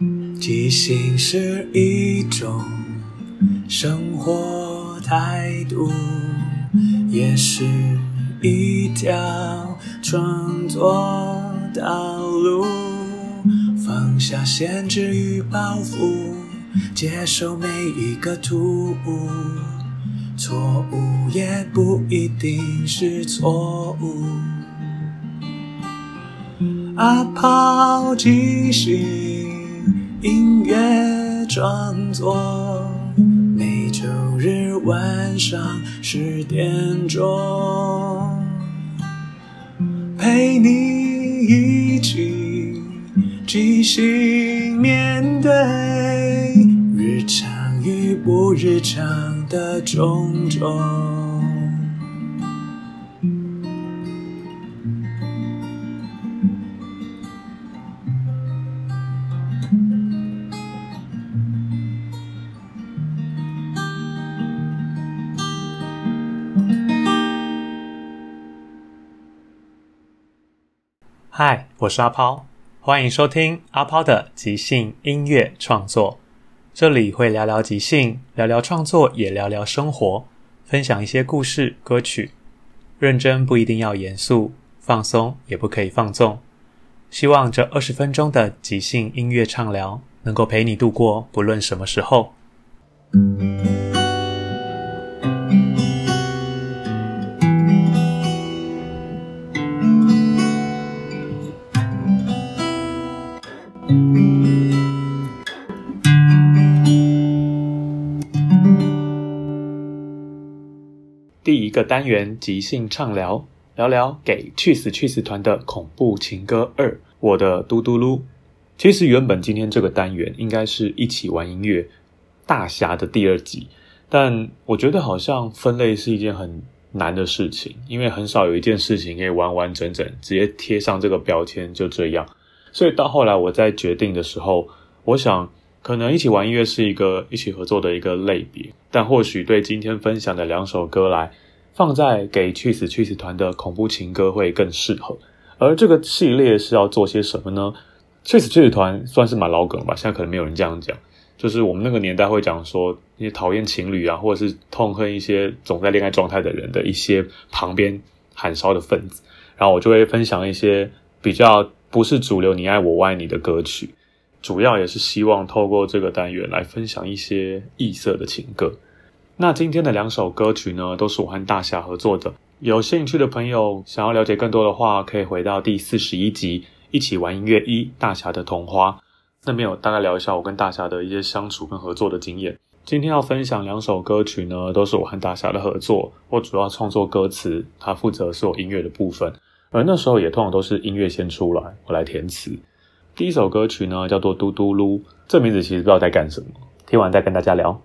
即兴是一种生活态度，也是一条创作道路。放下限制与包袱，接受每一个突兀，错误也不一定是错误。阿炮即兴音乐创作，每周日晚上10点钟，陪你一起即兴面对日常与不日常的种种。 嗨，我是阿抛，欢迎收听阿抛的即兴音乐创作。这里会聊聊即兴，聊聊创作，也聊聊生活，分享一些故事、歌曲。认真不一定要严肃，放松也不可以放纵。希望这20分钟的即兴音乐畅聊能够陪你度过不论什么时候。第一个单元即兴畅聊，聊聊给去死去死团的恐怖情歌2，我的嘟嘟噜。其实原本今天这个单元应该是一起玩音乐大侠的第2集，但我觉得好像分类是一件很难的事情，因为很少有一件事情可以完完整整直接贴上这个标签就这样。所以到后来我在决定的时候，我想可能一起玩音乐是一个一起合作的一个类别，但或许对今天分享的2首歌来放在给去死去死团的恐怖情歌会更适合。而这个系列是要做些什么呢？去死去死团算是蛮老梗吧，现在可能没有人这样讲，就是我们那个年代会讲说一些讨厌情侣啊，或者是痛恨一些总在恋爱状态的人的一些旁边喊烧的分子，然后我就会分享一些比较不是主流你爱我爱你的歌曲，主要也是希望透过这个单元来分享一些异色的情歌。那今天的2首歌曲呢，都是我和大侠合作的。有兴趣的朋友想要了解更多的话，可以回到第41集一起玩音乐1大侠的同花，那边有大概聊一下我跟大侠的一些相处跟合作的经验。今天要分享2首歌曲呢，都是我和大侠的合作，我主要创作歌词，他负责所有音乐的部分，而那时候也通常都是音乐先出来，我来填词。第一首歌曲呢叫做嘟嘟噜，这名字其实不知道在干什么，听完再跟大家聊。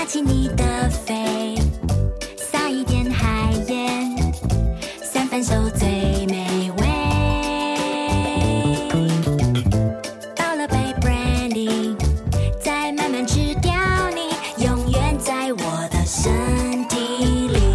拿起你的肺，撒一点海盐，三分熟最美味。倒了杯 brandy， 再慢慢吃掉你，永远在我的身体里。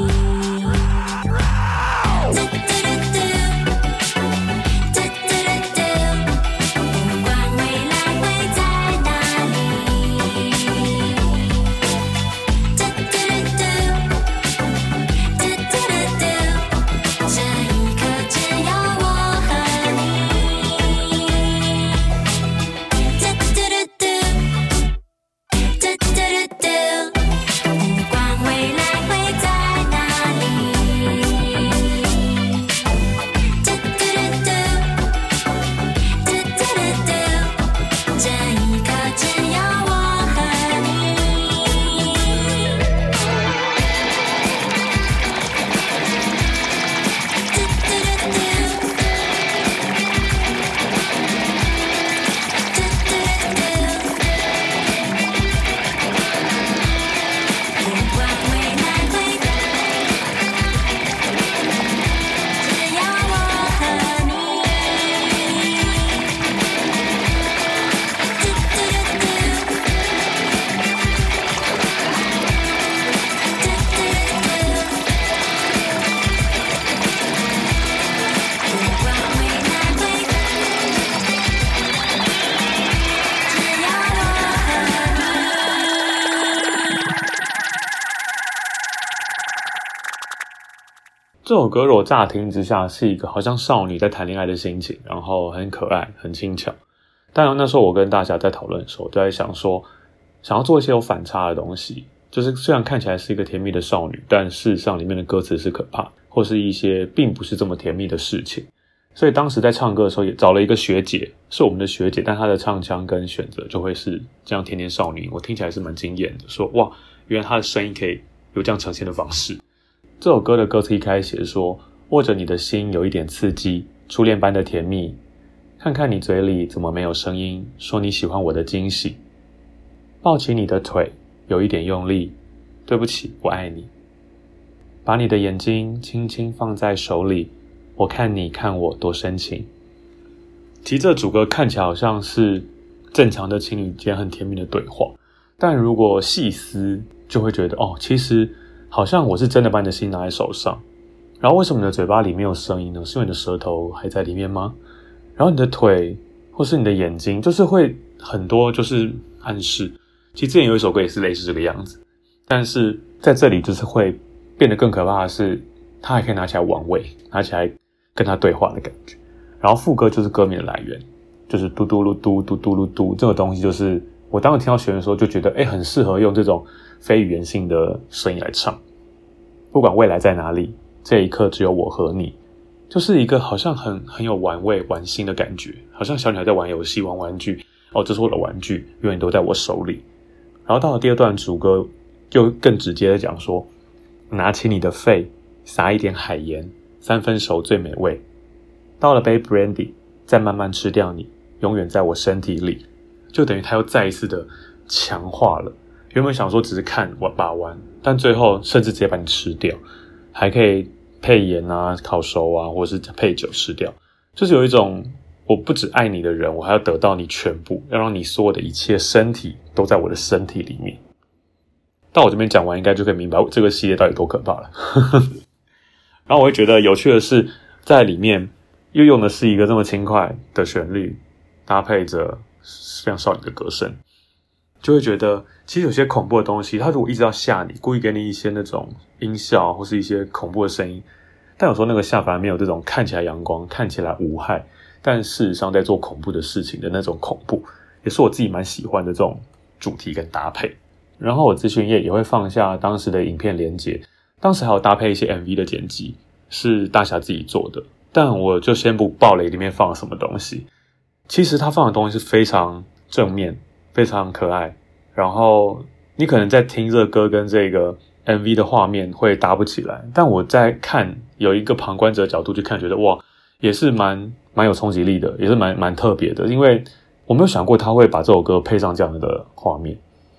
这首歌如果乍听之下是一个好像少女在谈恋爱的心情，然后很可爱很轻巧，但那时候我跟大侠在讨论的时候都在想说，想要做一些有反差的东西，就是虽然看起来是一个甜蜜的少女，但事实上里面的歌词是可怕，或是一些并不是这么甜蜜的事情。所以当时在唱歌的时候也找了一个学姐，是我们的学姐，但她的唱腔跟选择就会是这样甜甜少女，我听起来是蛮惊艳的，说哇，原来她的声音可以有这样呈现的方式。这首歌的歌词一开始写说，握着你的心有一点刺激，初恋般的甜蜜，看看你嘴里怎么没有声音，说你喜欢我的惊喜，抱起你的腿有一点用力，对不起我爱你，把你的眼睛轻轻放在手里，我看你看我多深情。其实这主歌看起来好像是正常的情侣间很甜蜜的对话，但如果细思就会觉得其实好像我是真的把你的心拿在手上，然后为什么你的嘴巴里没有声音呢？是因为你的舌头还在里面吗？然后你的腿或是你的眼睛就是会很多就是暗示，其实之前有一首歌也是类似这个样子，但是在这里就是会变得更可怕的是，他还可以拿起来玩味，拿起来跟他对话的感觉。然后副歌就是歌名的来源，就是嘟嘟噜嘟嘟嘟噜嘟，这个东西就是我当时听到旋律的时候就觉得很适合用这种非语言性的声音来唱。不管未来在哪里，这一刻只有我和你，就是一个好像很有玩味玩心的感觉，好像小女孩在玩游戏玩玩具，这是我的玩具，永远都在我手里。然后到了第二段主歌就更直接的讲说，拿起你的肺，撒一点海盐，三分熟最美味，倒了杯 brandy， 再慢慢吃掉你，永远在我身体里。就等于他又再一次的强化了，原本想说只是看把玩，但最后甚至直接把你吃掉，还可以配盐啊烤熟啊，或者是配酒吃掉，就是有一种我不只爱你的人，我还要得到你全部，要让你所有的一切身体都在我的身体里面。到我这边讲完应该就可以明白这个系列到底多可怕了然后我会觉得有趣的是，在里面又用的是一个这么轻快的旋律，搭配着非常少女的歌声，就会觉得其实有些恐怖的东西，它如果一直要吓你，故意给你一些那种音效或是一些恐怖的声音，但有时候那个吓反而没有这种看起来阳光看起来无害，但事实上在做恐怖的事情的那种恐怖，也是我自己蛮喜欢的这种主题跟搭配。然后我资讯页也会放下当时的影片连结，当时还有搭配一些 MV 的剪辑，是大侠自己做的，但我就先不爆雷里面放了什么东西。其实他放的东西是非常正面非常可爱，然后你可能在听这个歌跟这个 MV 的画面会搭不起来，但我在看有一个旁观者的角度去看，觉得哇也是蛮有冲击力的，也是蛮特别的，因为我没有想过他会把这首歌配上这样的画面，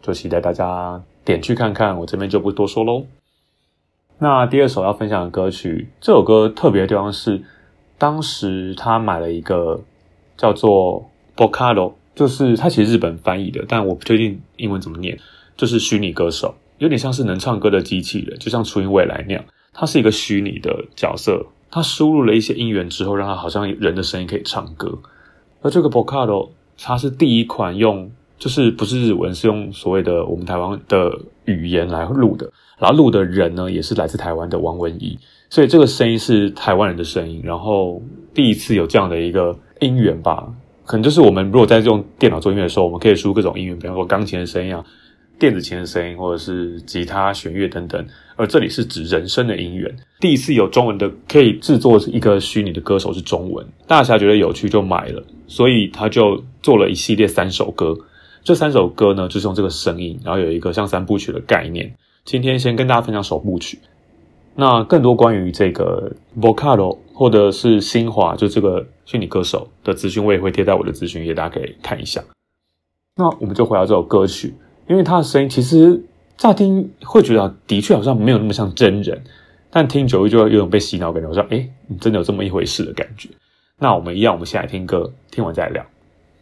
就期待大家点去看看，我这边就不多说咯。那第二首要分享的歌曲，这首歌特别的地方是当时他买了一个叫做 Vocalo， 就是它其实日本翻译的，但我不确定英文怎么念，就是虚拟歌手，有点像是能唱歌的机器人，就像初音未来那样，它是一个虚拟的角色，它输入了一些音源之后，让它好像人的声音可以唱歌。而这个 Vocalo 它是第一款用，就是不是日文，是用所谓的我们台湾的语言来录的，然后录的人呢也是来自台湾的王文怡，所以这个声音是台湾人的声音，然后第一次有这样的一个音源吧，可能就是我们如果在用电脑做音乐的时候，我们可以输各种音源，比方说钢琴的声音啊、电子琴的声音，或者是吉他、弦乐等等，而这里是指人声的音源。第一次有中文的可以制作一个虚拟的歌手是中文，大侠觉得有趣就买了，所以他就做了一系列3首歌。这3首歌呢，就是用这个声音，然后有一个像3部曲的概念。今天先跟大家分享首部曲。那更多关于这个 Vocalo 或者是新华，就这个虚拟歌手的资讯，我也会贴在我的资讯页，大家可以看一下。那我们就回到这首歌曲，因为他的声音其实乍听会觉得的确好像没有那么像真人，但听久了就有种被洗脑感觉，我说真的有这么一回事的感觉。那我们一样，我们先来听歌，听完再来聊。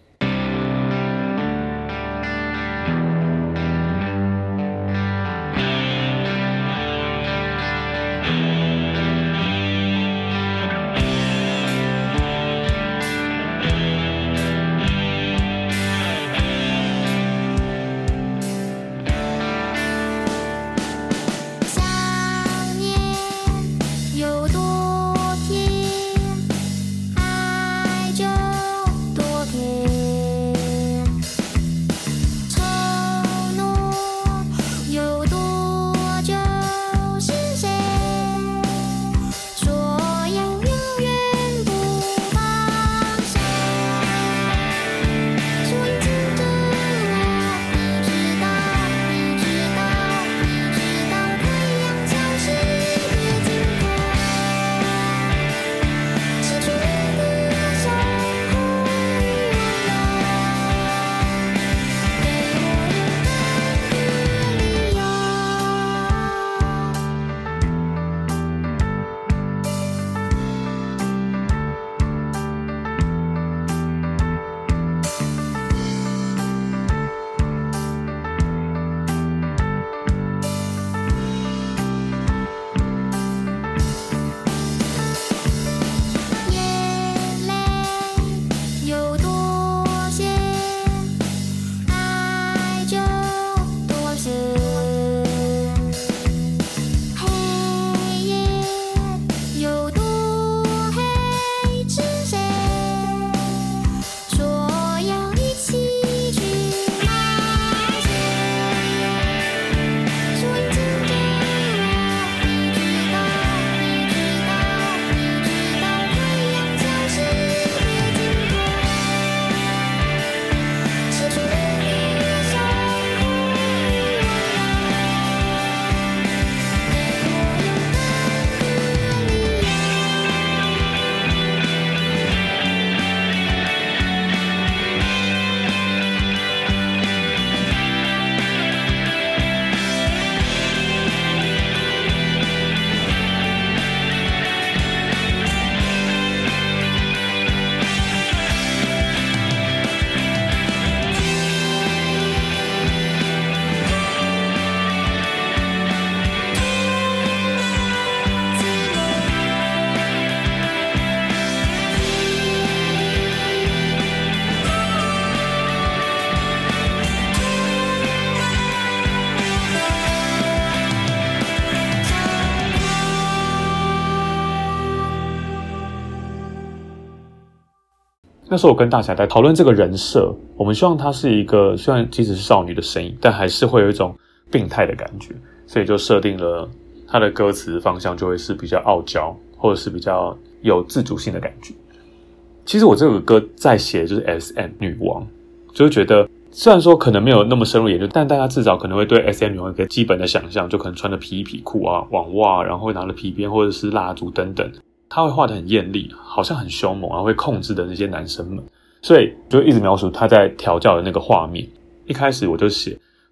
那时候我跟大侠在讨论这个人设，我们希望她是一个虽然即使是少女的声音，但还是会有一种病态的感觉，所以就设定了她的歌词方向就会是比较傲娇，或者是比较有自主性的感觉。其实我这个歌在写就是 SM 女王，就是觉得虽然说可能没有那么深入研究，但大家至少可能会对 SM 女王有一个基本的想象，就可能穿着皮衣皮裤啊、网袜，然后会拿着皮鞭或者是蜡烛等等。他会画得很艳丽，好像很凶猛，然后会控制的那些男生们，所以就一直描述他在调教的那个画面。一开始我就写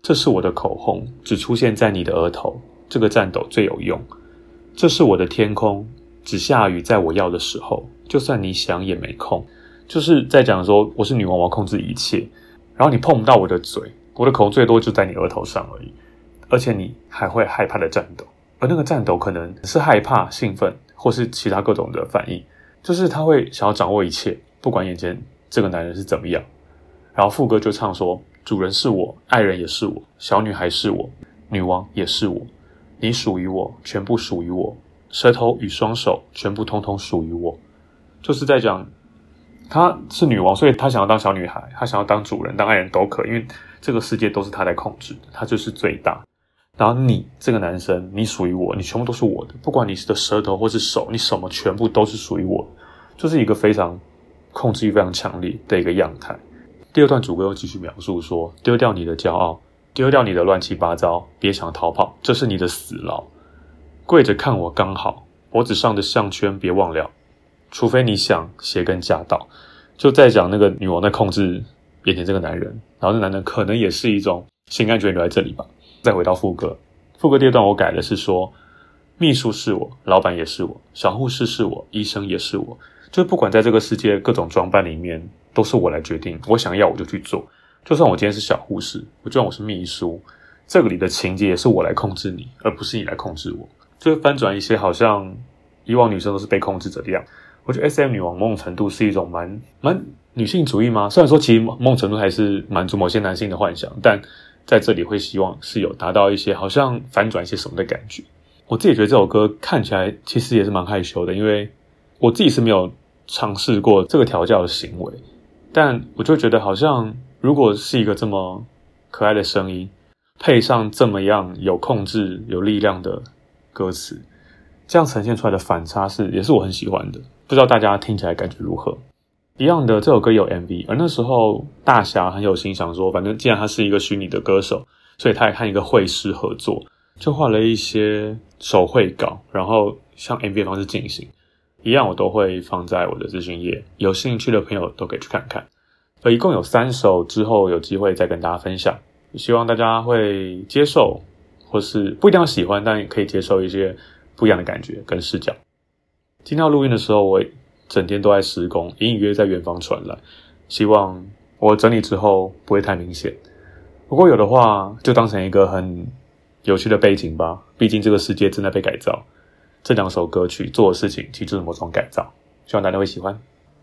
这是我的口红，只出现在你的额头，这个颤抖最有用。这是我的天空，只下雨在我要的时候，就算你想也没空。就是在讲说我是女王，我要控制一切，然后你碰不到我的嘴，我的口红最多就在你额头上而已，而且你还会害怕的颤抖，而那个颤抖可能是害怕、兴奋或是其他各种的反应，就是他会想要掌握一切，不管眼前这个男人是怎么样。然后副歌就唱说，主人是我，爱人也是我，小女孩是我，女王也是我，你属于我，全部属于我，舌头与双手全部通通属于我。就是在讲她是女王，所以她想要当小女孩，她想要当主人当爱人都可以，因为这个世界都是她在控制的，她就是最大。然后你这个男生，你属于我，你全部都是我的，不管你的舌头或是手，你什么全部都是属于我，就是一个非常控制欲非常强烈的一个样态。第二段主歌又继续描述说，丢掉你的骄傲，丢掉你的乱七八糟，别想逃跑，这是你的死牢。跪着看我刚好，脖子上的项圈别忘了，除非你想鞋跟夹到。就在讲那个女王在控制眼前这个男人，然后那男人可能也是一种心安全留在这里吧。再回到副歌，副歌第二段我改的是说，秘书是我，老板也是我，小护士是我，医生也是我，就是不管在这个世界各种装扮里面，都是我来决定，我想要我就去做。就算我今天是小护士，就算我是秘书，这个里的情节也是我来控制你，而不是你来控制我。就翻转一些好像以往女生都是被控制者的样。我觉得 SM 女王某种程度是一种蛮女性主义吗？虽然说其实某种程度还是满足某些男性的幻想，但在这里会希望是有达到一些好像反转一些什么的感觉。我自己觉得这首歌看起来其实也是蛮害羞的，因为我自己是没有尝试过这个调教的行为，但我就觉得好像如果是一个这么可爱的声音，配上这么样有控制有力量的歌词，这样呈现出来的反差也是我很喜欢的。不知道大家听起来感觉如何？一样的，这首歌有 MV， 而那时候大侠很有心，想说反正既然他是一个虚拟的歌手，所以他也和一个绘师合作，就画了一些手绘稿，然后像 MV 的方式进行。一样我都会放在我的资讯页，有兴趣的朋友都可以去看看。一共有3首，之后有机会再跟大家分享，希望大家会接受，或是不一定要喜欢，但也可以接受一些不一样的感觉跟视角。今天要录音的时候，我整天都在施工，隐隐约在远方传来，希望我整理之后不会太明显。如果有的话，就当成一个很有趣的背景吧，毕竟这个世界正在被改造。这2首歌曲做的事情其实就是某种改造，希望大家会喜欢。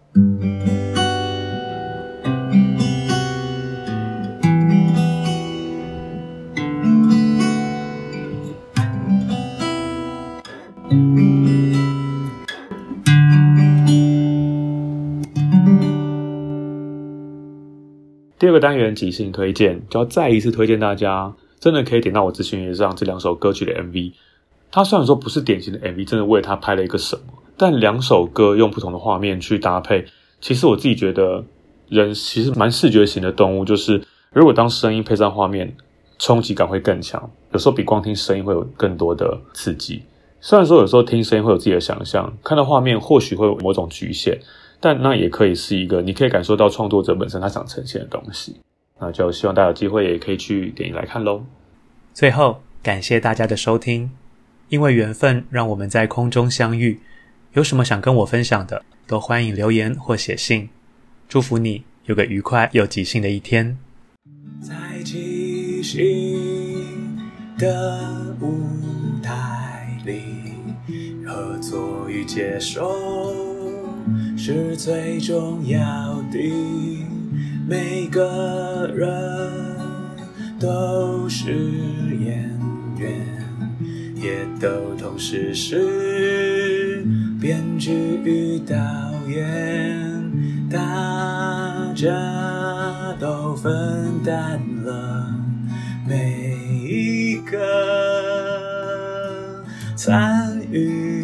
第二个单元即兴推荐，就要再一次推荐大家，真的可以点到我资讯页上这2首歌曲的 MV。它虽然说不是典型的 MV， 真的为它拍了一个什么，但2首歌用不同的画面去搭配，其实我自己觉得人其实蛮视觉型的动物，就是如果当声音配上画面，冲击感会更强，有时候比光听声音会有更多的刺激。虽然说有时候听声音会有自己的想象，看到画面或许会有某种局限，但那也可以是一个你可以感受到创作者本身他想呈现的东西。那就希望大家有机会也可以去点来看咯。 最后感谢大家的收听，因为缘分让我们在空中相遇，有什么想跟我分享的都欢迎留言或写信。祝福你有个愉快又即兴的一天。在即兴的舞台里，合作与接受是最重要的，每个人都是演员，也都同时是编剧与导演，大家都分担了每一个参与，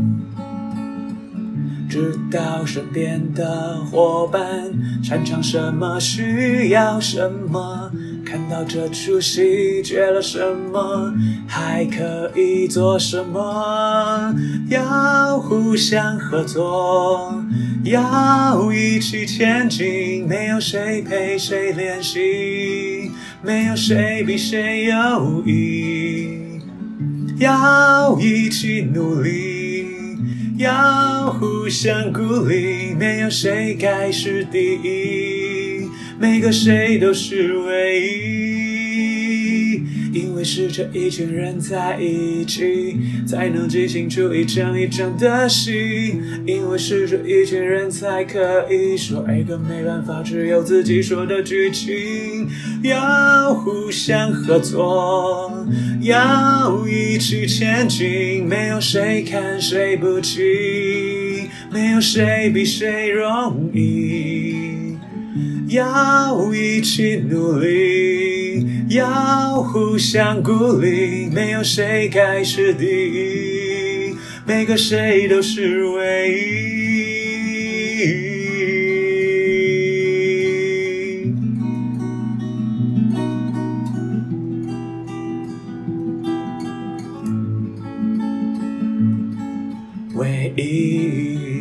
知道身边的伙伴擅长什么，需要什么，看到这出戏缺了什么，还可以做什么，要互相合作，要一起前进，没有谁陪谁练习， 没有谁比谁优异，要一起努力，要互相鼓励，没有谁该是第一，每个谁都是唯一，因为是这一群人在一起，才能即兴出一场一场的戏，因为是这一群人才可以说一个没办法只有自己说的剧情，要互相合作，要一起前进，没有谁看谁不起，没有谁比谁容易，要一起努力，要互相鼓励，没有谁该是第一，每个谁都是唯一。唯一